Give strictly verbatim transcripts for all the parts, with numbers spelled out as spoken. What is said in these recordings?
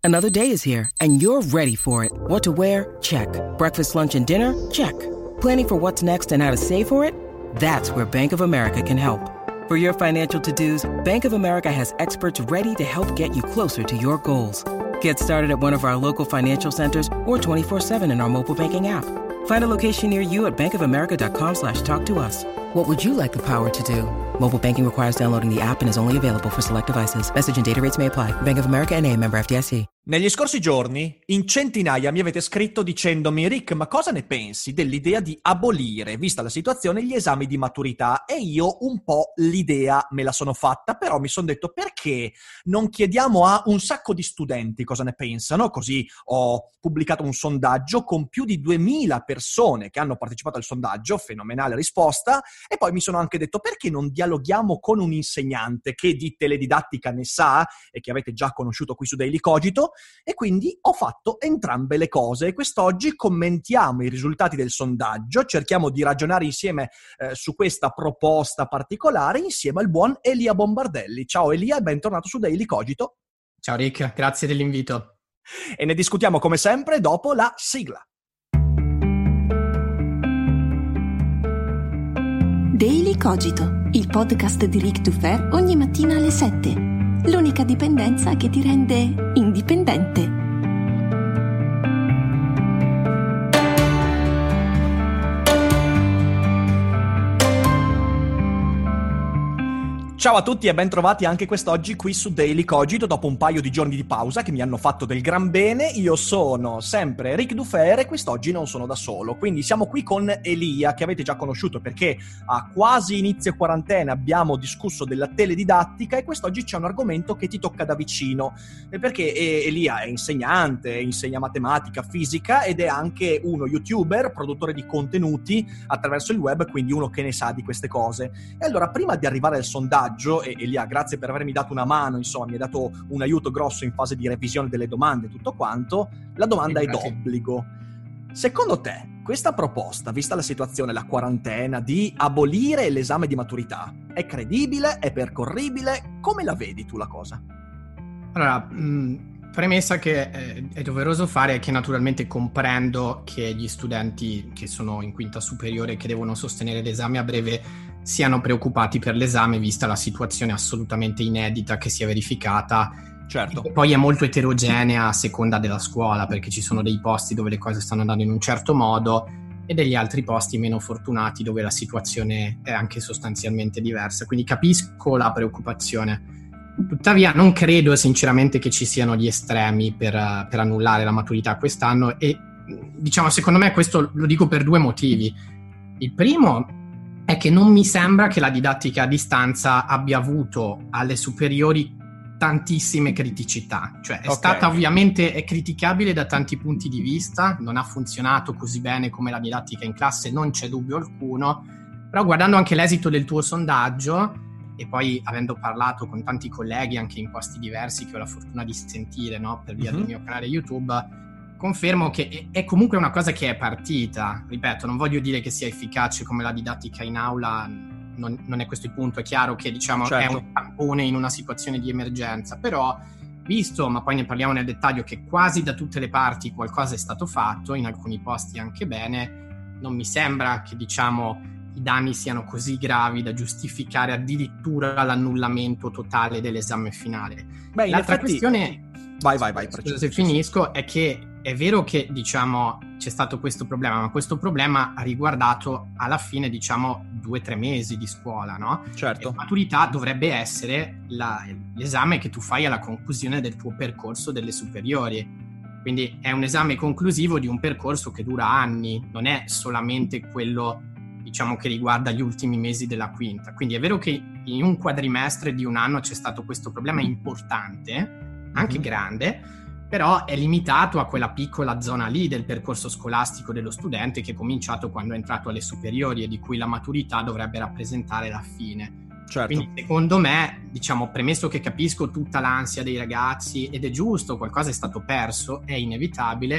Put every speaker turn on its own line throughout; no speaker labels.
Another day is here, and you're ready for it. What to wear? Check. Breakfast, lunch, and dinner? Check. Planning for what's next and how to save for it? That's where Bank of America can help. For your financial to-dos, Bank of America has experts ready to help get you closer to your goals. Get started at one of our local financial centers or twenty-four seven in our mobile banking app. Find a location near you at bankofamerica.com slash talk to us. What would you like the power to do? Mobile banking requires downloading the app and is only available for select devices. Message and data rates may apply. Bank of America N A, member F D I C.
Negli scorsi giorni, in centinaia mi avete scritto dicendomi «Rick, ma cosa ne pensi dell'idea di abolire, vista la situazione, gli esami di maturità?» E io un po' l'idea me la sono fatta, però mi sono detto «Perché non chiediamo a un sacco di studenti cosa ne pensano?» Così ho pubblicato un sondaggio con più di duemila persone che hanno partecipato al sondaggio, fenomenale risposta, e poi mi sono anche detto «Perché non dialoghiamo con un insegnante che di teledidattica ne sa e che avete già conosciuto qui su Daily Cogito?» E quindi ho fatto entrambe le cose e quest'oggi commentiamo i risultati del sondaggio, cerchiamo di ragionare insieme eh, su questa proposta particolare insieme al buon Elia Bombardelli. Ciao Elia e bentornato su Daily Cogito.
Ciao Rick, grazie dell'invito.
E ne discutiamo come sempre dopo la sigla.
Daily Cogito, il podcast di Rick Dufer ogni mattina alle sette. L'unica dipendenza che ti rende indipendente.
Ciao a tutti e ben trovati anche quest'oggi qui su Daily Cogito dopo un paio di giorni di pausa che mi hanno fatto del gran bene. Io sono sempre Rick Dufer e quest'oggi non sono da solo, quindi siamo qui con Elia che avete già conosciuto perché a quasi inizio quarantena abbiamo discusso della teledidattica e quest'oggi c'è un argomento che ti tocca da vicino perché Elia è insegnante, insegna matematica, fisica ed è anche uno youtuber, produttore di contenuti attraverso il web, quindi uno che ne sa di queste cose. E allora prima di arrivare al sondaggio, e Elia, grazie per avermi dato una mano, insomma, mi ha dato un aiuto grosso in fase di revisione delle domande e tutto quanto. La domanda è d'obbligo. Secondo te, questa proposta, vista la situazione, la quarantena, di abolire l'esame di maturità, è credibile? È percorribile? Come la vedi tu la cosa?
Allora, mh, premessa che è, è doveroso fare è che naturalmente comprendo che gli studenti che sono in quinta superiore che devono sostenere l'esame a breve siano preoccupati per l'esame vista la situazione assolutamente inedita che si è verificata.
Certo.
E poi è molto eterogenea a seconda della scuola, perché ci sono dei posti dove le cose stanno andando in un certo modo e degli altri posti meno fortunati dove la situazione è anche sostanzialmente diversa. Quindi capisco la preoccupazione. Tuttavia non credo sinceramente che ci siano gli estremi per, per annullare la maturità quest'anno e diciamo secondo me questo lo dico per due motivi. Il primo è che non mi sembra che la didattica a distanza abbia avuto alle superiori tantissime criticità, cioè è okay. stata ovviamente è criticabile da tanti punti di vista, non ha funzionato così bene come la didattica in classe, non c'è dubbio alcuno, però guardando anche l'esito del tuo sondaggio e poi avendo parlato con tanti colleghi anche in posti diversi che ho la fortuna di sentire, no, per via mm-hmm. del mio canale YouTube, confermo che è comunque una cosa che è partita. Ripeto, non voglio dire che sia efficace come la didattica in aula, non, non è questo il punto. È chiaro che diciamo certo. è un tampone in una situazione di emergenza, però visto, ma poi ne parliamo nel dettaglio, che quasi da tutte le parti qualcosa è stato fatto, in alcuni posti anche bene, non mi sembra che diciamo i danni siano così gravi da giustificare addirittura l'annullamento totale dell'esame finale.
Beh,
l'altra
effetti...
questione
vai vai vai
scusa se finisco è che è vero che diciamo c'è stato questo problema, ma questo problema ha riguardato alla fine diciamo due o tre mesi di scuola, no?
Certo.
E la maturità dovrebbe essere la, l'esame che tu fai alla conclusione del tuo percorso delle superiori, quindi è un esame conclusivo di un percorso che dura anni, non è solamente quello diciamo che riguarda gli ultimi mesi della quinta. Quindi è vero che in un quadrimestre di un anno c'è stato questo problema importante, anche mm-hmm. grande, però è limitato a quella piccola zona lì del percorso scolastico dello studente che è cominciato quando è entrato alle superiori e di cui la maturità dovrebbe rappresentare la fine.
Certo.
Quindi secondo me, diciamo, premesso che capisco tutta l'ansia dei ragazzi ed è giusto, qualcosa è stato perso, è inevitabile,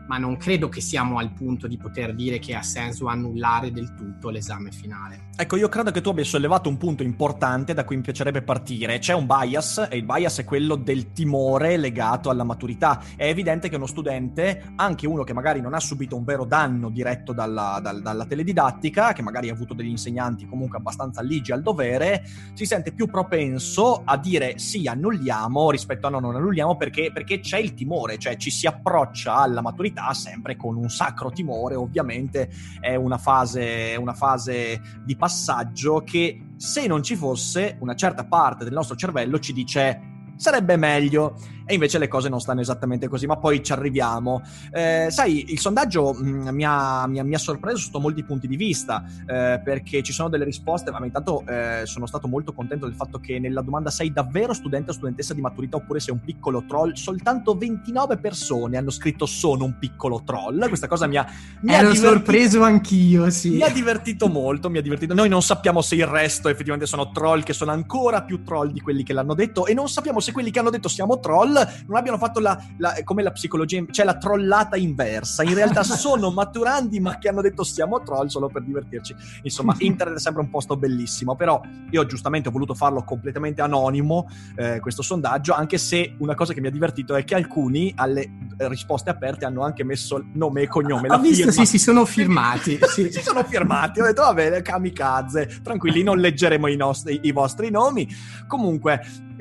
ma non credo che siamo al punto di poter dire che ha senso annullare del tutto l'esame finale.
Ecco, io credo che tu abbia sollevato un punto importante da cui mi piacerebbe partire. C'è un bias, e il bias è quello del timore legato alla maturità. È evidente che uno studente, anche uno che magari non ha subito un vero danno diretto dalla, dal, dalla teledidattica, che magari ha avuto degli insegnanti comunque abbastanza ligi al dovere, si sente più propenso a dire sì, annulliamo, rispetto a no, non annulliamo, perché, perché c'è il timore, cioè ci si approccia alla maturità sempre con un sacro timore. Ovviamente è una fase, una fase di passaggio che, se non ci fosse, una certa parte del nostro cervello ci dice sarebbe meglio, e invece le cose non stanno esattamente così, ma poi ci arriviamo. Eh, sai, il sondaggio mh, mi, ha, mi, ha, mi ha sorpreso sotto molti punti di vista, eh, perché ci sono delle risposte, ma intanto eh, sono stato molto contento del fatto che nella domanda sei davvero studente o studentessa di maturità oppure sei un piccolo troll, soltanto ventinove persone hanno scritto sono un piccolo troll. Questa cosa mi ha, mi
Ero
ha divertito,
sorpreso anch'io, sì.
Mi ha divertito molto, mi ha divertito. Noi non sappiamo se il resto effettivamente sono troll, che sono ancora più troll di quelli che l'hanno detto, e non sappiamo se quelli che hanno detto siamo troll non abbiano fatto la, la come la psicologia, cioè la trollata inversa. In realtà sono maturandi, ma che hanno detto siamo troll solo per divertirci. Insomma, internet è sempre un posto bellissimo, però io giustamente ho voluto farlo completamente anonimo, eh, questo sondaggio, anche se una cosa che mi ha divertito è che alcuni alle risposte aperte hanno anche messo nome e cognome.
Ho visto, sì, si sono firmati.
Sì. Si sono firmati, ho detto va bene, kamikaze, tranquilli, non leggeremo i, nostri, i vostri nomi. Comunque,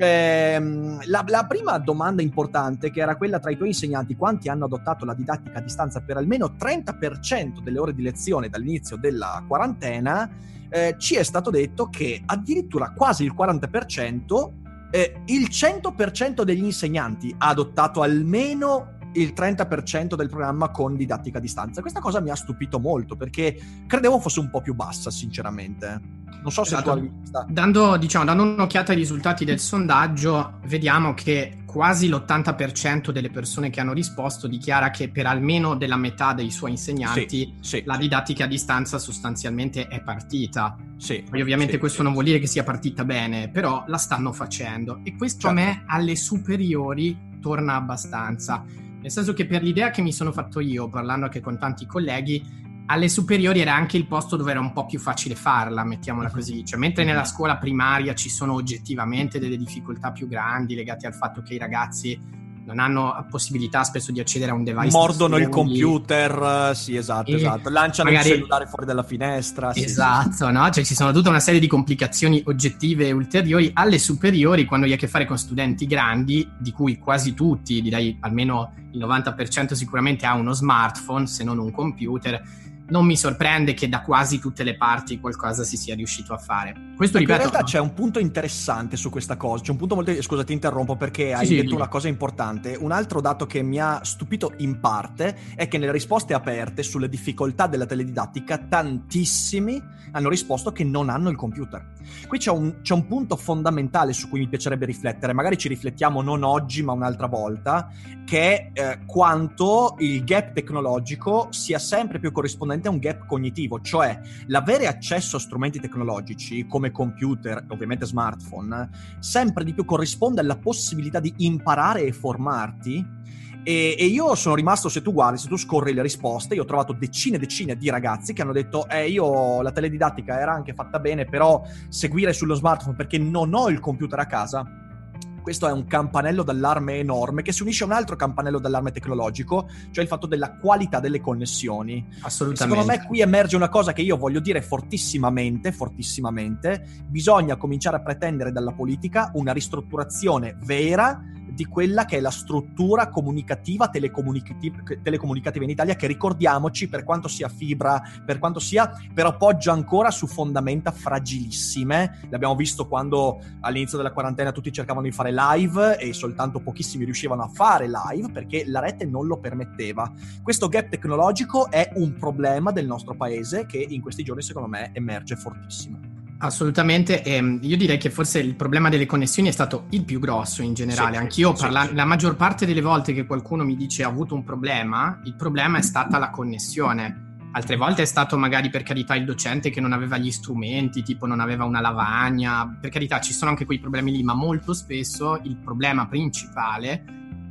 ehm, la, la prima domanda importante, che era quella tra i tuoi insegnanti, quanti hanno adottato la didattica a distanza per almeno trenta per cento delle ore di lezione dall'inizio della quarantena, eh, ci è stato detto che addirittura quasi il quaranta per cento, eh, il cento per cento degli insegnanti ha adottato almeno il trenta per cento del programma con didattica a distanza. Questa cosa mi ha stupito molto, perché credevo fosse un po' più bassa, sinceramente. Non so se
esatto.
tu hai visto.
Dando, diciamo, dando un'occhiata ai risultati del sondaggio, vediamo che quasi l'ottanta per cento delle persone che hanno risposto dichiara che per almeno della metà dei suoi insegnanti
sì, sì.
la didattica a distanza sostanzialmente è partita.
Sì,
Poi ovviamente
sì,
questo
sì.
non vuol dire che sia partita bene, però la stanno facendo, e questo
certo.
a me alle superiori torna abbastanza. Nel senso che, per l'idea che mi sono fatto io, parlando anche con tanti colleghi, alle superiori era anche il posto dove era un po' più facile farla, mettiamola così. Cioè, mentre nella scuola primaria ci sono oggettivamente delle difficoltà più grandi legate al fatto che i ragazzi non hanno possibilità spesso di accedere a un device.
Mordono il computer, sì, esatto,
e
esatto. Lanciano
magari...
il cellulare fuori dalla finestra.
Esatto,
sì, sì.
no? Cioè ci sono tutta una serie di complicazioni oggettive e ulteriori. Alle superiori, quando hai a che fare con studenti grandi, di cui quasi tutti, direi almeno il novanta per cento sicuramente ha uno smartphone, se non un computer, non mi sorprende che da quasi tutte le parti qualcosa si sia riuscito a fare. Questo, ripeto,
in realtà c'è un punto interessante su questa cosa, c'è un punto molto... Scusa, ti interrompo perché hai
sì,
detto
sì,
una cosa importante. Un altro dato che mi ha stupito in parte è che nelle risposte aperte sulle difficoltà della teledidattica tantissimi hanno risposto che non hanno il computer. Qui c'è un, c'è un punto fondamentale su cui mi piacerebbe riflettere, magari ci riflettiamo non oggi ma un'altra volta, che è eh, quanto il gap tecnologico sia sempre più corrispondente a un gap cognitivo, cioè l'avere accesso a strumenti tecnologici come computer, ovviamente smartphone, sempre di più corrisponde alla possibilità di imparare e formarti. E, e io sono rimasto, se tu guardi, se tu scorri le risposte, io ho trovato decine e decine di ragazzi che hanno detto eh io la teledidattica era anche fatta bene, però seguire sullo smartphone perché non ho il computer a casa. Questo è un campanello d'allarme enorme che si unisce a un altro campanello d'allarme tecnologico, cioè il fatto della qualità delle connessioni.
Assolutamente.
Secondo me qui emerge una cosa che io voglio dire fortissimamente, fortissimamente. Bisogna cominciare a pretendere dalla politica una ristrutturazione vera di quella che è la struttura comunicativa telecomunicativa, telecomunicativa in Italia, che, ricordiamoci, per quanto sia fibra, per quanto sia, però poggia ancora su fondamenta fragilissime. L'abbiamo visto quando all'inizio della quarantena tutti cercavano di fare live e soltanto pochissimi riuscivano a fare live perché la rete non lo permetteva. Questo gap tecnologico è un problema del nostro paese che in questi giorni secondo me emerge fortissimo.
Assolutamente, e io direi che forse il problema delle connessioni è stato il più grosso in generale.
Sì,
Anch'io
sì,
parla-
sì.
la maggior parte delle volte che qualcuno mi dice ha avuto un problema, il problema è stata la connessione. Altre volte è stato magari, per carità, il docente che non aveva gli strumenti, tipo non aveva una lavagna. Per carità, ci sono anche quei problemi lì, ma molto spesso il problema principale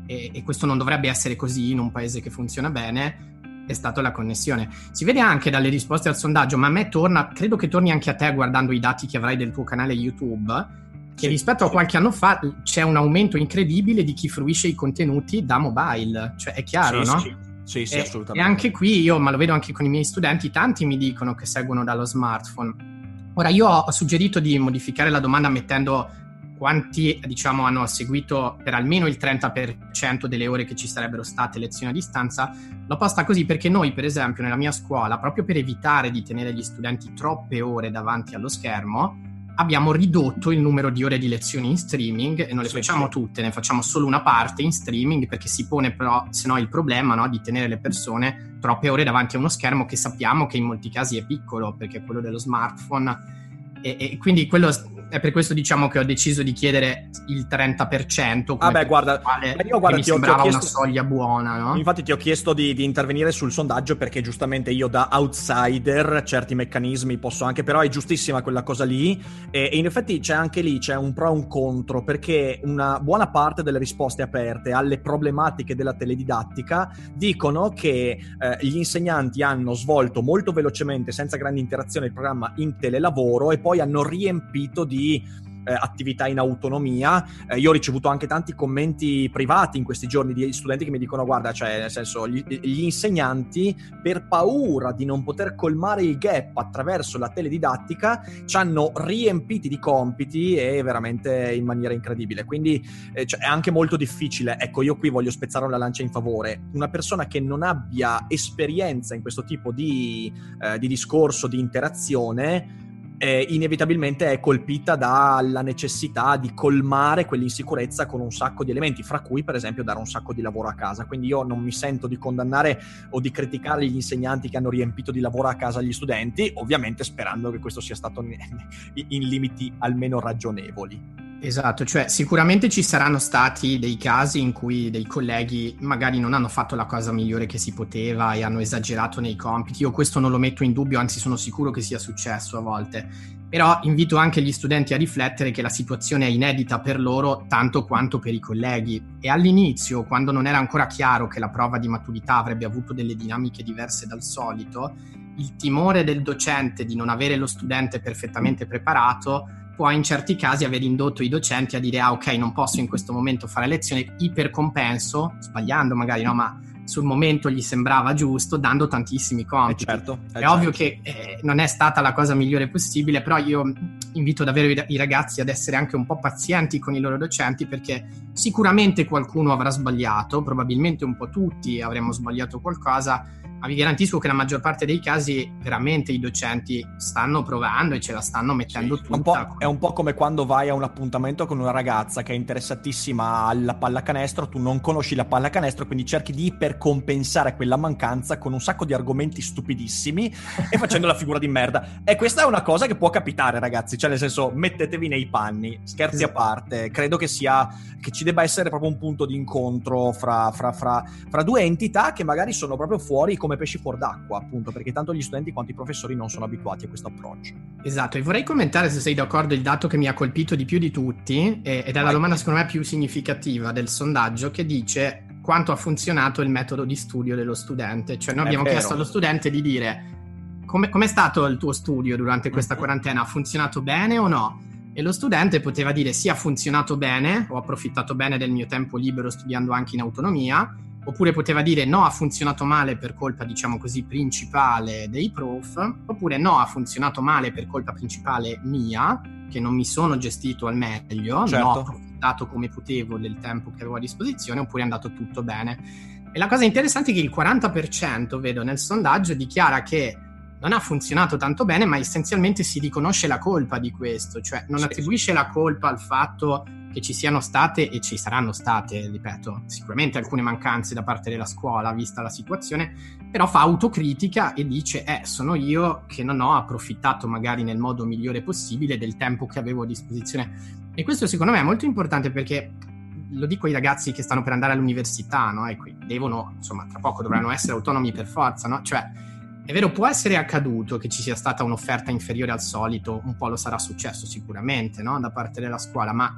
e, e questo non dovrebbe essere così in un paese che funziona bene, è stata la connessione. Si vede anche dalle risposte al sondaggio, ma a me torna, credo che torni anche a te guardando i dati che avrai del tuo canale YouTube, che sì, rispetto a qualche anno fa c'è un aumento incredibile di chi fruisce i contenuti da mobile, cioè è chiaro,
sì,
no?
Sì, sì, sì,
e,
assolutamente.
E anche qui io, ma lo vedo anche con i miei studenti, tanti mi dicono che seguono dallo smartphone. Ora io ho suggerito di modificare la domanda mettendo quanti, diciamo, hanno seguito per almeno il trenta per cento delle ore che ci sarebbero state lezioni a distanza. L'ho posta così perché noi, per esempio, nella mia scuola, proprio per evitare di tenere gli studenti troppe ore davanti allo schermo, abbiamo ridotto il numero di ore di lezioni in streaming e non le sì, facciamo sì. tutte, ne facciamo solo una parte in streaming, perché si pone però, se no, il problema, no, di tenere le persone troppe ore davanti a uno schermo che sappiamo che in molti casi è piccolo, perché è quello dello smartphone, e, e quindi quello è per questo, diciamo, che ho deciso di chiedere il trenta per cento come
Vabbè, guarda, io guarda,
mi
ti ho,
sembrava
ti ho chiesto,
una soglia buona, no?
Infatti ti ho chiesto di, di intervenire sul sondaggio perché giustamente io da outsider certi meccanismi posso anche, però è giustissima quella cosa lì e, e in effetti c'è anche lì c'è un pro e un contro, perché una buona parte delle risposte aperte alle problematiche della teledidattica dicono che eh, gli insegnanti hanno svolto molto velocemente, senza grande interazione, il programma in telelavoro e poi hanno riempito di di eh, attività in autonomia. Eh, io ho ricevuto anche tanti commenti privati in questi giorni di studenti che mi dicono: guarda, cioè nel senso gli, gli insegnanti, per paura di non poter colmare il gap attraverso la teledidattica, ci hanno riempiti di compiti e veramente in maniera incredibile, quindi eh, cioè, è anche molto difficile. Ecco, io qui voglio spezzare una lancia in favore. Una persona che non abbia esperienza in questo tipo di, eh, di discorso, di interazione, Eh, inevitabilmente è colpita dalla necessità di colmare quell'insicurezza con un sacco di elementi, fra cui per esempio dare un sacco di lavoro a casa. Quindi io non mi sento di condannare o di criticare gli insegnanti che hanno riempito di lavoro a casa gli studenti, ovviamente sperando che questo sia stato in limiti almeno ragionevoli.
Esatto, cioè sicuramente ci saranno stati dei casi in cui dei colleghi magari non hanno fatto la cosa migliore che si poteva e hanno esagerato nei compiti. Io questo non lo metto in dubbio, anzi sono sicuro che sia successo a volte. Però invito anche gli studenti a riflettere che la situazione è inedita per loro tanto quanto per i colleghi. E all'inizio, quando non era ancora chiaro che la prova di maturità avrebbe avuto delle dinamiche diverse dal solito, il timore del docente di non avere lo studente perfettamente preparato può in certi casi aver indotto i docenti a dire: ah, ok, non posso in questo momento fare lezione, ipercompenso, sbagliando magari, no, ma sul momento gli sembrava giusto, dando tantissimi compiti.
Eh certo, eh
è
certo.
ovvio che eh, non è stata la cosa migliore possibile, però io invito davvero i, i ragazzi ad essere anche un po' pazienti con i loro docenti, perché sicuramente qualcuno avrà sbagliato, probabilmente un po' tutti avremmo sbagliato qualcosa, ma vi garantisco che la maggior parte dei casi veramente i docenti stanno provando e ce la stanno mettendo
sì,
tutta.
Un po', è un po' come quando vai a un appuntamento con una ragazza che è interessatissima alla pallacanestro, tu non conosci la pallacanestro, quindi cerchi di ipercompensare quella mancanza con un sacco di argomenti stupidissimi e facendo la figura di merda. E questa è una cosa che può capitare, ragazzi, cioè nel senso, mettetevi nei panni, scherzi a parte. Credo che sia che ci debba essere proprio un punto di incontro fra, fra, fra, fra due entità che magari sono proprio fuori come pesci fuor d'acqua, appunto, perché tanto gli studenti quanto i professori non sono abituati a questo approccio.
Esatto, e vorrei commentare, se sei d'accordo, il dato che mi ha colpito di più di tutti, ed è la domanda secondo me più significativa del sondaggio, che dice quanto ha funzionato il metodo di studio dello studente. Cioè noi abbiamo chiesto allo studente di dire come com'è stato il tuo studio durante questa mm-hmm. quarantena, ha funzionato bene o no? E lo studente poteva dire sì, ha funzionato bene, ho approfittato bene del mio tempo libero studiando anche in autonomia, oppure poteva dire no, ha funzionato male per colpa, diciamo così, principale dei prof, oppure no, ha funzionato male per colpa principale mia, che non mi sono gestito al meglio,
certo.
non ho approfittato come potevo del tempo che avevo a disposizione, oppure è andato tutto bene. E la cosa interessante è che il quaranta per cento, vedo nel sondaggio, dichiara che non ha funzionato tanto bene, ma essenzialmente si riconosce la colpa di questo, cioè non sì, attribuisce sì. la colpa al fatto che ci siano state, e ci saranno state, ripeto, sicuramente alcune mancanze da parte della scuola, vista la situazione, però fa autocritica e dice eh, sono io che non ho approfittato magari nel modo migliore possibile del tempo che avevo a disposizione. E questo secondo me è molto importante, perché lo dico ai ragazzi che stanno per andare all'università, no? E qui devono, insomma, tra poco dovranno essere autonomi per forza, no? Cioè, è vero, può essere accaduto che ci sia stata un'offerta inferiore al solito, un po' lo sarà successo sicuramente, no? Da parte della scuola, ma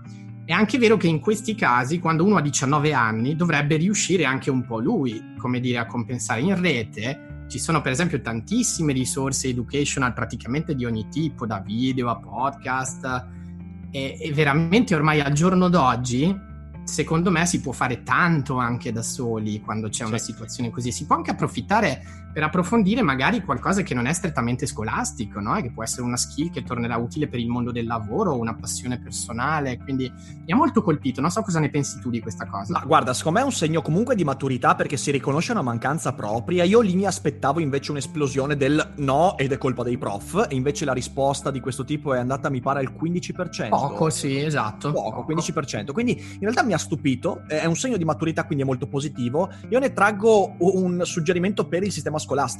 È anche vero che in questi casi, quando uno ha diciannove anni, dovrebbe riuscire anche un po' lui, come dire, a compensare. In rete ci sono per esempio tantissime risorse educational praticamente di ogni tipo, da video a podcast, e, e veramente ormai al giorno d'oggi secondo me si può fare tanto anche da soli quando c'è una situazione così. Si può anche approfittare per approfondire magari qualcosa che non è strettamente scolastico, no? E che può essere una skill che tornerà utile per il mondo del lavoro, una passione personale. Quindi mi ha molto colpito, non so cosa ne pensi tu di questa cosa.
Ma guarda, secondo me è un segno comunque di maturità, perché si riconosce una mancanza propria. Io lì mi aspettavo invece un'esplosione del no ed è colpa dei prof, e invece la risposta di questo tipo è andata, mi pare, al quindici per cento.
Poco, sì, esatto.
Poco,
Poco.
quindici per cento. Quindi in realtà mi ha stupito, è un segno di maturità, quindi è molto positivo. Io ne traggo un suggerimento per il sistema scolastico.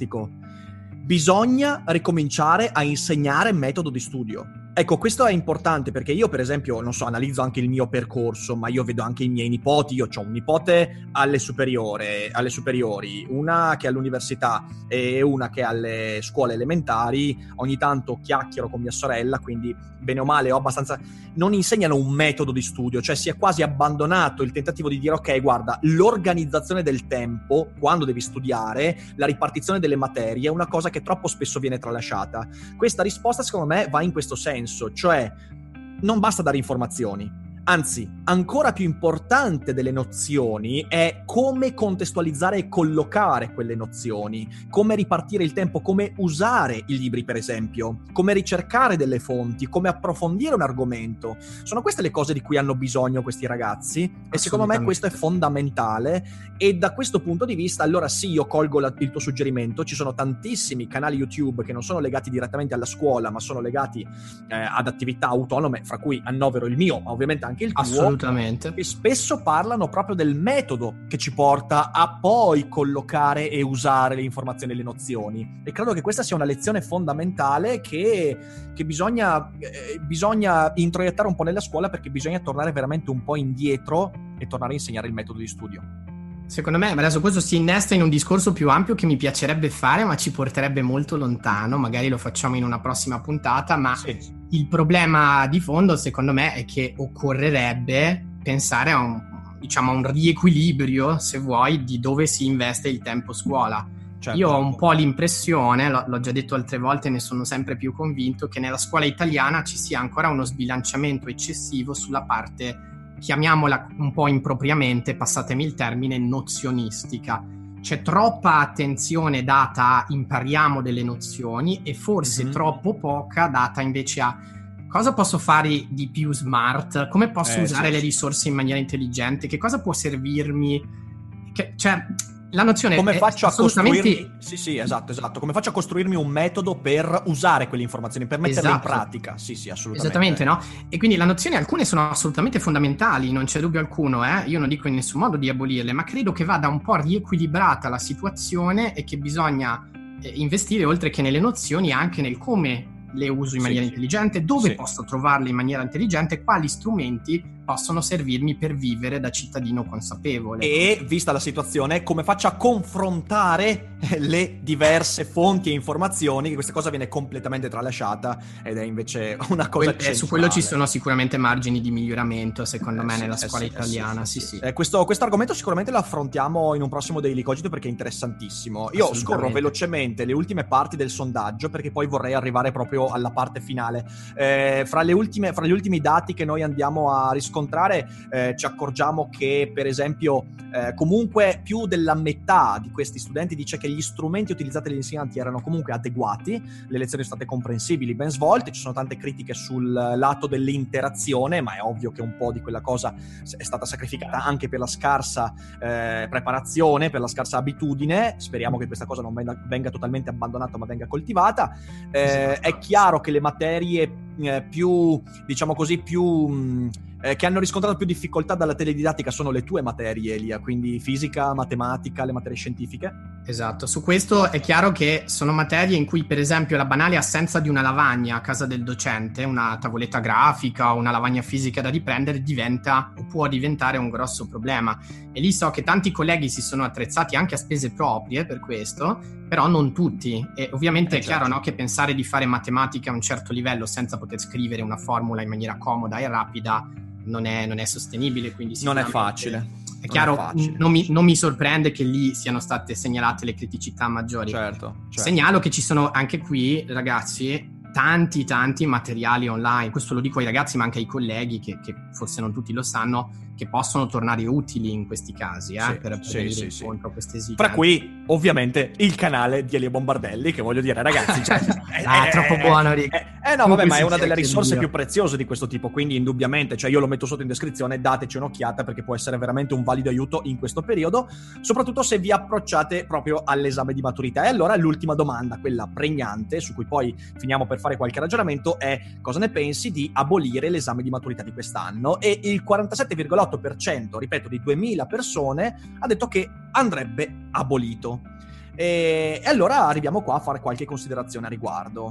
Bisogna ricominciare a insegnare metodo di studio. Ecco, questo è importante perché io, per esempio, non so, analizzo anche il mio percorso, ma io vedo anche i miei nipoti. Io ho un nipote alle superiore, alle superiori, una che è all'università e una che è alle scuole elementari. Ogni tanto chiacchiero con mia sorella, quindi bene o male ho abbastanza... Non insegnano un metodo di studio, cioè si è quasi abbandonato il tentativo di dire ok, guarda, l'organizzazione del tempo quando devi studiare, la ripartizione delle materie è una cosa che troppo spesso viene tralasciata. Questa risposta secondo me va in questo senso, cioè non basta dare informazioni. Anzi, ancora più importante delle nozioni è come contestualizzare e collocare quelle nozioni, come ripartire il tempo, come usare i libri, per esempio, come ricercare delle fonti, come approfondire un argomento. Sono queste le cose di cui hanno bisogno questi ragazzi e secondo me questo è fondamentale. E da questo punto di vista, allora sì, io colgo la, il tuo suggerimento. Ci sono tantissimi canali YouTube che non sono legati direttamente alla scuola, ma sono legati eh, ad attività autonome, fra cui annovero il mio, ma ovviamente anche il tuo,
assolutamente,
e spesso parlano proprio del metodo che ci porta a poi collocare e usare le informazioni e le nozioni, e credo che questa sia una lezione fondamentale che, che bisogna, eh, bisogna introiettare un po' nella scuola, perché bisogna tornare veramente un po' indietro e tornare a insegnare il metodo di studio.
Secondo me adesso questo si innesta in un discorso più ampio che mi piacerebbe fare, ma ci porterebbe molto lontano, magari lo facciamo in una prossima puntata, ma sì. Il problema di fondo secondo me è che occorrerebbe pensare a un, diciamo, a un riequilibrio, se vuoi, di dove si investe il tempo scuola. Certo. Io ho un po' l'impressione, l- l'ho già detto altre volte, ne sono sempre più convinto, che nella scuola italiana ci sia ancora uno sbilanciamento eccessivo sulla parte, chiamiamola un po' impropriamente, passatemi il termine, nozionistica. C'è troppa attenzione data a impariamo delle nozioni e forse mm-hmm. troppo poca data invece a cosa posso fare di più smart, come posso eh, usare sì. le risorse in maniera intelligente, che cosa può servirmi, che, cioè la nozione
come
è
faccio
assolutamente...
a costruirmi sì sì esatto esatto come faccio a costruirmi un metodo per usare quelle informazioni, per metterle
esatto.
in pratica. Sì sì assolutamente,
esattamente, no? E quindi la nozione, alcune sono assolutamente fondamentali, non c'è dubbio alcuno, eh? Io non dico in nessun modo di abolirle, ma credo che vada un po' riequilibrata la situazione e che bisogna eh, investire oltre che nelle nozioni anche nel come le uso in maniera sì. intelligente, dove sì. posso trovarle in maniera intelligente, quali strumenti possono servirmi per vivere da cittadino consapevole.
E, vista la situazione, come faccio a confrontare le diverse fonti e informazioni, che questa cosa viene completamente tralasciata ed è invece una cosa
que- Su quello ci sono sicuramente margini di miglioramento, secondo eh, me, sì, nella scuola
eh, sì,
italiana.
Eh,
sì, sì, sì.
Eh, questo, questo argomento sicuramente lo affrontiamo in un prossimo Daily Cogito, perché è interessantissimo. Io scorro velocemente le ultime parti del sondaggio, perché poi vorrei arrivare proprio alla parte finale. Eh, fra, le ultime, fra gli ultimi dati che noi andiamo a riscontrare, Eh, ci accorgiamo che, per esempio, eh, comunque più della metà di questi studenti dice che gli strumenti utilizzati dagli insegnanti erano comunque adeguati, le lezioni sono state comprensibili, ben svolte. Ci sono tante critiche sul lato dell'interazione, ma è ovvio che un po' di quella cosa è stata sacrificata anche per la scarsa eh, preparazione, per la scarsa abitudine. Speriamo che questa cosa non venga, venga totalmente abbandonata, ma venga coltivata. Eh, è chiaro che le materie eh, più, diciamo così, più... Mh, Eh, che hanno riscontrato più difficoltà dalla teledidattica sono le tue materie, Elia, quindi fisica, matematica, le materie scientifiche.
Esatto, su questo è chiaro che sono materie in cui, per esempio, la banale assenza di una lavagna a casa del docente, una tavoletta grafica o una lavagna fisica da riprendere, diventa o può diventare un grosso problema. E lì so che tanti colleghi si sono attrezzati anche a spese proprie per questo, però non tutti. E ovviamente eh, è chiaro, certo. no, che pensare di fare matematica a un certo livello senza poter scrivere una formula in maniera comoda e rapida non è, non è sostenibile, quindi
non è facile.
È chiaro, non, è facile. Non, mi, non mi sorprende che lì siano state segnalate le criticità maggiori.
Certo, certo.
Segnalo che ci sono anche qui, ragazzi, tanti tanti materiali online, questo lo dico ai ragazzi ma anche ai colleghi che, che forse non tutti lo sanno, che possono tornare utili in questi casi eh,
sì,
per, per
sì,
venire
sì,
incontro
sì.
a queste esigenze.
Fra cui ovviamente il canale di Elia Bombardelli, che voglio dire ragazzi cioè,
è, ah, è troppo è, buono Rick.
Eh, eh no vabbè, ma è una delle risorse più preziose di questo tipo, quindi indubbiamente, cioè io lo metto sotto in descrizione, dateci un'occhiata perché può essere veramente un valido aiuto in questo periodo, soprattutto se vi approcciate proprio all'esame di maturità. E allora l'ultima domanda, quella pregnante, su cui poi finiamo per fare qualche ragionamento, è: cosa ne pensi di abolire l'esame di maturità di quest'anno? E il quarantasette virgola otto per cento, ripeto, di duemila persone ha detto che andrebbe abolito. E, e allora arriviamo qua a fare qualche considerazione a riguardo.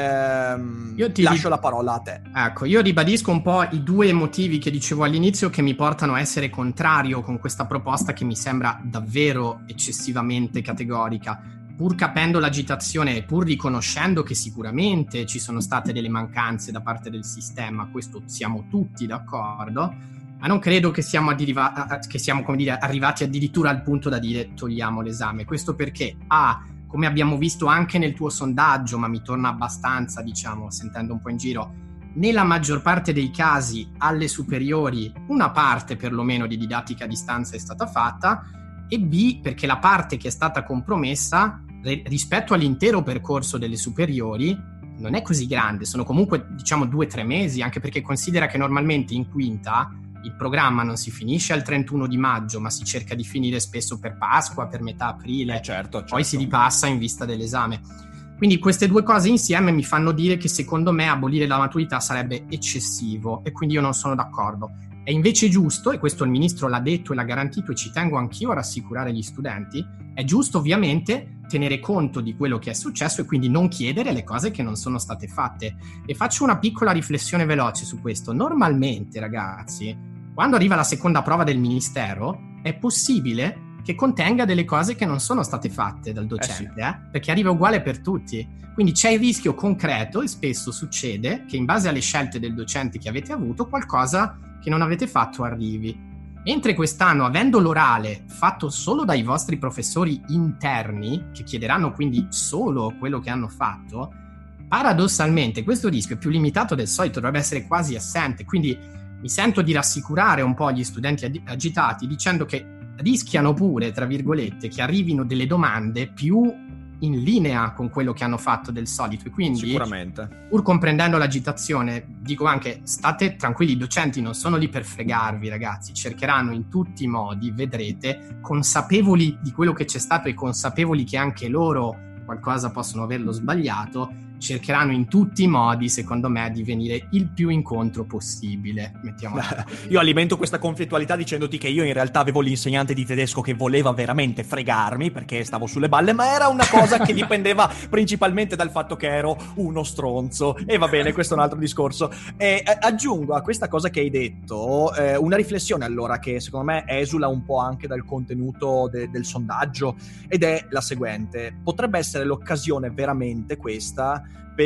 Ehm, io ti lascio la parola a te.
Ecco, io ribadisco un po' i due motivi che dicevo all'inizio che mi portano a essere contrario con questa proposta che mi sembra davvero eccessivamente categorica. Pur capendo l'agitazione e pur riconoscendo che sicuramente ci sono state delle mancanze da parte del sistema, questo siamo tutti d'accordo, ma non credo che siamo, addiriva- che siamo come dire, arrivati addirittura al punto da dire togliamo l'esame. Questo perché, A, come abbiamo visto anche nel tuo sondaggio, ma mi torna abbastanza, diciamo, sentendo un po' in giro, nella maggior parte dei casi alle superiori una parte perlomeno di didattica a distanza è stata fatta, e B, perché la parte che è stata compromessa rispetto all'intero percorso delle superiori non è così grande, sono comunque diciamo due o tre mesi, anche perché considera che normalmente in quinta il programma non si finisce al trentuno di maggio, ma si cerca di finire spesso per Pasqua, per metà aprile,
eh certo, certo.
Poi si ripassa in vista dell'esame. Quindi queste due cose insieme mi fanno dire che secondo me abolire la maturità sarebbe eccessivo e quindi io non sono d'accordo. È invece giusto, e questo il ministro l'ha detto e l'ha garantito e ci tengo anch'io a rassicurare gli studenti, è giusto ovviamente tenere conto di quello che è successo e quindi non chiedere le cose che non sono state fatte. E faccio una piccola riflessione veloce su questo. Normalmente, ragazzi, quando arriva la seconda prova del ministero, è possibile che contenga delle cose che non sono state fatte dal docente, eh sì. eh? Perché arriva uguale per tutti. Quindi c'è il rischio concreto, e spesso succede, che in base alle scelte del docente che avete avuto, qualcosa che non avete fatto arrivi. Mentre quest'anno, avendo l'orale fatto solo dai vostri professori interni, che chiederanno quindi solo quello che hanno fatto, paradossalmente questo rischio è più limitato del solito, dovrebbe essere quasi assente. Quindi mi sento di rassicurare un po' gli studenti ag- agitati dicendo che rischiano pure, tra virgolette, che arrivino delle domande più in linea con quello che hanno fatto del solito, e quindi
sicuramente,
pur comprendendo l'agitazione, dico anche state tranquilli, i docenti non sono lì per fregarvi, ragazzi, cercheranno in tutti i modi, vedrete, consapevoli di quello che c'è stato e consapevoli che anche loro qualcosa possono averlo sbagliato, cercheranno in tutti i modi, secondo me, di venire il più incontro possibile. Mettiamola.
Io alimento questa conflittualità dicendoti che io in realtà avevo l'insegnante di tedesco che voleva veramente fregarmi perché stavo sulle balle, ma era una cosa che dipendeva principalmente dal fatto che ero uno stronzo. E va bene, questo è un altro discorso. E eh, aggiungo a questa cosa che hai detto eh, una riflessione allora che secondo me esula un po' anche dal contenuto de- del sondaggio, ed è la seguente: potrebbe essere l'occasione veramente questa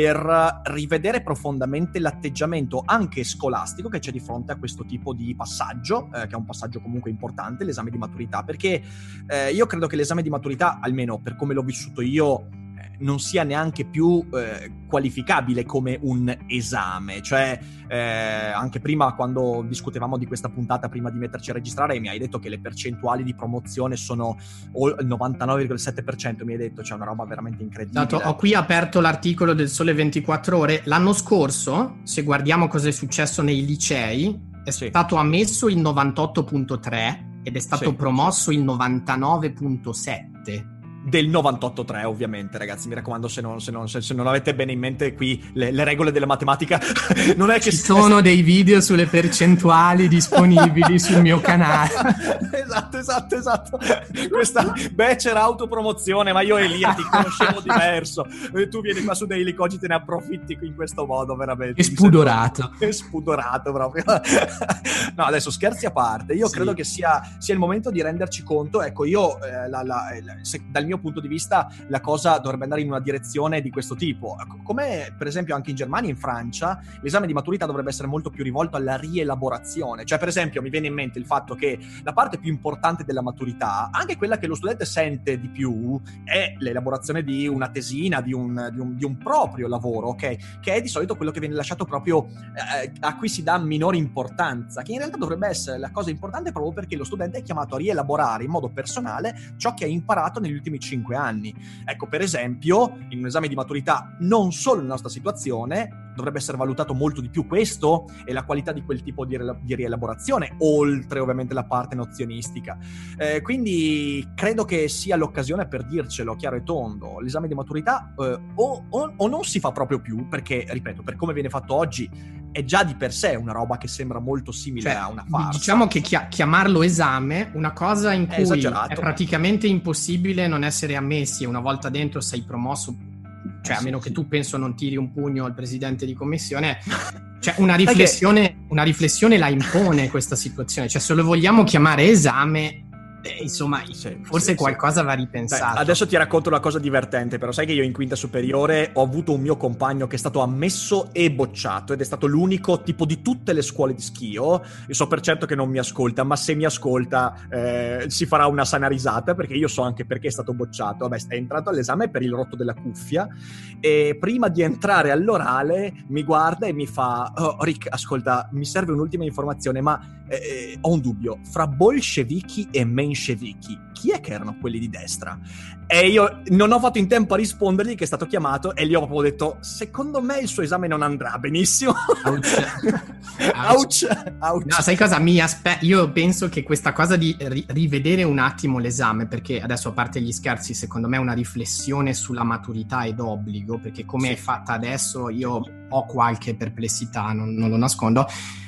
per rivedere profondamente l'atteggiamento anche scolastico che c'è di fronte a questo tipo di passaggio, eh, che è un passaggio comunque importante, l'esame di maturità, perché eh, io credo che l'esame di maturità, almeno per come l'ho vissuto io, eh, non sia neanche più eh, qualificabile come un esame. Cioè eh, anche prima, quando discutevamo di questa puntata, prima di metterci a registrare, mi hai detto che le percentuali di promozione sono il novantanove virgola sette per cento, mi hai detto, c'è una roba veramente incredibile.
Esatto, ho qui aperto l'articolo del Sole ventiquattro Ore. L'anno scorso, se guardiamo cosa è successo nei licei, è sì. stato ammesso il novantotto virgola tre ed è stato
sì.
promosso il novantanove virgola sette.
Del novantotto virgola tre, ovviamente, ragazzi, mi raccomando, se non, se non, se non avete bene in mente qui le, le regole della matematica, non è che
ci sono dei video sulle percentuali disponibili sul mio canale.
esatto esatto esatto questa becera autopromozione, ma io e Elia ti conoscevo diverso, e tu vieni qua su Daily Cogito e ne approfitti in questo modo, veramente
è spudorato
è spudorato proprio. No, adesso scherzi a parte, io sì. credo che sia, sia il momento di renderci conto, ecco, io eh, la, la, se, dal mio mio punto di vista la cosa dovrebbe andare in una direzione di questo tipo. Come per esempio anche in Germania e in Francia, l'esame di maturità dovrebbe essere molto più rivolto alla rielaborazione. Cioè, per esempio, mi viene in mente il fatto che la parte più importante della maturità, anche quella che lo studente sente di più, è l'elaborazione di una tesina, di un, di un, di un proprio lavoro, ok? Che è di solito quello che viene lasciato proprio eh, a cui si dà minore importanza, che in realtà dovrebbe essere la cosa importante proprio perché lo studente è chiamato a rielaborare in modo personale ciò che ha imparato negli ultimi cinque anni. Ecco, per esempio, in un esame di maturità, non solo nella nostra situazione, dovrebbe essere valutato molto di più questo e la qualità di quel tipo di, re- di rielaborazione, oltre ovviamente la parte nozionistica. Eh, quindi credo che sia l'occasione per dircelo chiaro e tondo. L'esame di maturità eh, o, o, o non si fa proprio più, perché, ripeto, per come viene fatto oggi è già di per sé una roba che sembra molto simile
cioè,
a una farsa.
Diciamo che chia- chiamarlo esame, una cosa in
È
cui
esagerato.
È praticamente impossibile non essere ammessi e una volta dentro sei promosso, cioè
eh,
a meno
sì,
che
sì.
tu penso non tiri un pugno al presidente di commissione, cioè una riflessione, una riflessione la impone questa situazione, cioè se lo vogliamo chiamare esame, eh, insomma
Sì,
forse
sì,
qualcosa
sì.
va ripensato.
Beh, adesso ti racconto una cosa divertente, però sai che io in quinta superiore ho avuto un mio compagno che è stato ammesso e bocciato ed è stato l'unico tipo di tutte le scuole di schio. Io so per certo che non mi ascolta, ma se mi ascolta eh, si farà una sana risata, perché io so anche perché è stato bocciato. Vabbè, è entrato all'esame per il rotto della cuffia e prima di entrare all'orale mi guarda e mi fa: oh, Rick, ascolta, mi serve un'ultima informazione, ma eh, ho un dubbio, fra bolscevichi e menscevichi chi è che erano quelli di destra? E io non ho fatto in tempo a rispondergli che è stato chiamato e gli ho proprio detto: secondo me il suo esame non andrà benissimo.
Ouch.
Ouch. Ouch.
No, sai cosa mi aspetta? Io penso che questa cosa di ri- rivedere un attimo l'esame, perché adesso, a parte gli scherzi, secondo me una riflessione sulla maturità è d'obbligo, perché come
Sì.
è fatta adesso io ho qualche perplessità, non, non lo nascondo.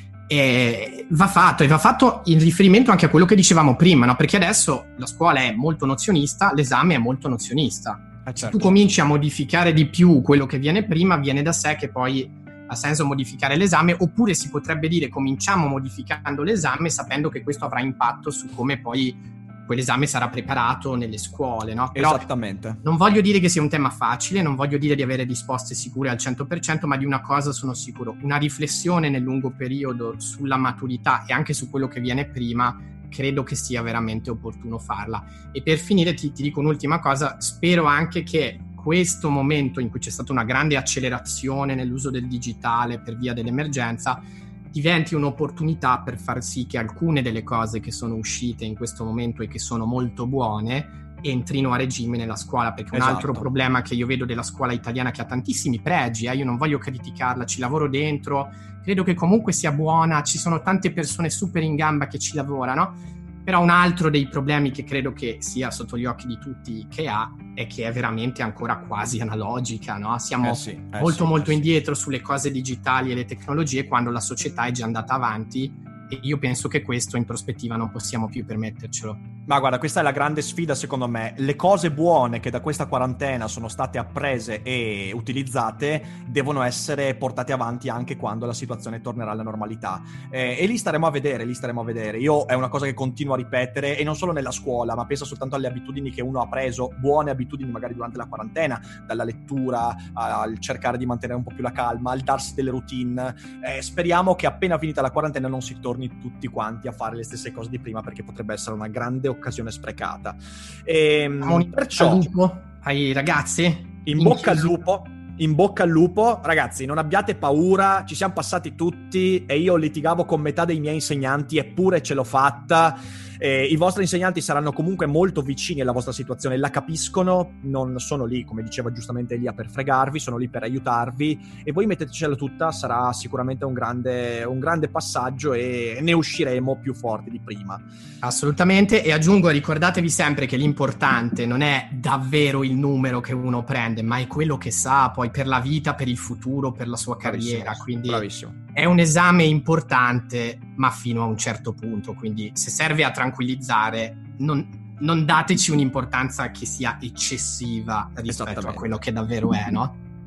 E va fatto, e va fatto in riferimento anche a quello che dicevamo prima, no? Perché adesso la scuola è molto nozionista, l'esame è molto nozionista.
Eh,
Se
certo.
tu cominci a modificare di più quello che viene prima, viene da sé che poi ha senso modificare l'esame, oppure si potrebbe dire cominciamo modificando l'esame sapendo che questo avrà impatto su come poi quell'esame sarà preparato nelle scuole, no? Però
Esattamente.
non voglio dire che sia un tema facile, non voglio dire di avere risposte sicure al cento per cento, ma di una cosa sono sicuro: una riflessione nel lungo periodo sulla maturità e anche su quello che viene prima credo che sia veramente opportuno farla. E per finire ti, ti dico un'ultima cosa: spero anche che questo momento in cui c'è stata una grande accelerazione nell'uso del digitale per via dell'emergenza diventi un'opportunità per far sì che alcune delle cose che sono uscite in questo momento e che sono molto buone entrino a regime nella scuola, perché un
Esatto.
altro problema che io vedo della scuola italiana, che ha tantissimi pregi, eh, io non voglio criticarla, ci lavoro dentro, credo che comunque sia buona, ci sono tante persone super in gamba che ci lavorano, però un altro dei problemi che credo che sia sotto gli occhi di tutti che ha è che è veramente ancora quasi analogica, no? Siamo
Eh sì, eh
molto
sì,
molto
eh sì.
indietro sulle cose digitali e le tecnologie, quando la società è già andata avanti, e io penso che questo in prospettiva non possiamo più permettercelo.
Ma guarda, questa è la grande sfida secondo me. Le cose buone che da questa quarantena sono state apprese e utilizzate devono essere portate avanti anche quando la situazione tornerà alla normalità. Eh, e lì staremo a vedere, lì staremo a vedere. Io è una cosa che continuo a ripetere, e non solo nella scuola, ma penso soltanto alle abitudini che uno ha preso, buone abitudini magari durante la quarantena, dalla lettura al cercare di mantenere un po' più la calma, al darsi delle routine. Eh, speriamo che appena finita la quarantena non si torni tutti quanti a fare le stesse cose di prima, perché potrebbe essere una grande occasione sprecata. E,
Un
perciò
lupo ai ragazzi,
in bocca al lupo, in bocca al lupo, ragazzi, non abbiate paura, ci siamo passati tutti e io litigavo con metà dei miei insegnanti eppure ce l'ho fatta. Eh, I vostri insegnanti saranno comunque molto vicini alla vostra situazione, la capiscono, non sono lì, come diceva giustamente Elia, per fregarvi, sono lì per aiutarvi, e voi mettetecela tutta, sarà sicuramente un grande, un grande passaggio e ne usciremo più forti di prima.
Assolutamente, e aggiungo, ricordatevi sempre che l'importante non è davvero il numero che uno prende, ma è quello che sa poi per la vita, per il futuro, per la sua carriera.
Bravissimo,
Quindi
bravissimo.
è un esame importante, ma fino a un certo punto, quindi se serve a tranquillizzare, non, non dateci un'importanza che sia eccessiva rispetto a quello che davvero è, no?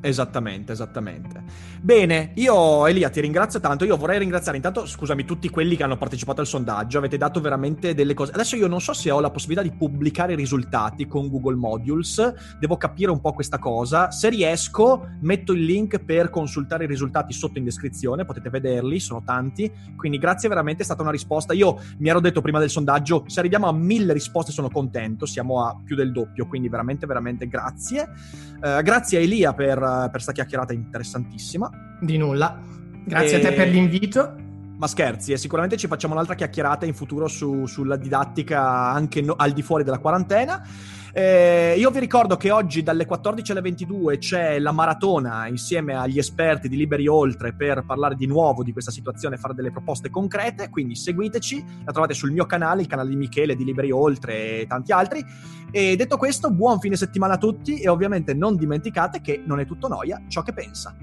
Esattamente, esattamente. Bene, io Elia ti ringrazio tanto. Io vorrei ringraziare intanto, scusami, tutti quelli che hanno partecipato al sondaggio. Avete dato veramente delle cose. Adesso io non so se ho la possibilità di pubblicare i risultati con Google Modules, devo capire un po' questa cosa. Se riesco metto il link per consultare i risultati sotto in descrizione, potete vederli, sono tanti. Quindi grazie, veramente è stata una risposta. Io mi ero detto prima del sondaggio, se arriviamo a mille risposte sono contento, siamo a più del doppio, quindi veramente veramente grazie. Uh, grazie a Elia per per sta chiacchierata interessantissima.
Di nulla. Grazie
e...
a te per l'invito.
Ma scherzi, e sicuramente ci facciamo un'altra chiacchierata in futuro su, sulla didattica anche no, al di fuori della quarantena. Eh, io vi ricordo che oggi dalle quattordici alle ventidue c'è la maratona insieme agli esperti di Liberi Oltre per parlare di nuovo di questa situazione e fare delle proposte concrete, quindi seguiteci, la trovate sul mio canale, il canale di Michele di Liberi Oltre e tanti altri. E detto questo, buon fine settimana a tutti e ovviamente non dimenticate che non è tutto noia ciò che pensa.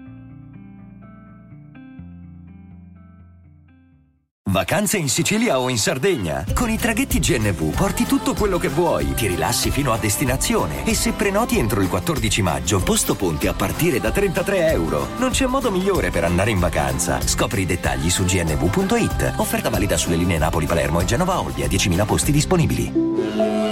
Vacanze in Sicilia o in Sardegna? Con i traghetti G N V porti tutto quello che vuoi, ti rilassi fino a destinazione e se prenoti entro il quattordici maggio, posto ponti a partire da trentatré euro. Non c'è modo migliore per andare in vacanza. Scopri i dettagli su g n v punto i t. Offerta valida sulle linee Napoli-Palermo e Genova-Olbia, diecimila posti disponibili.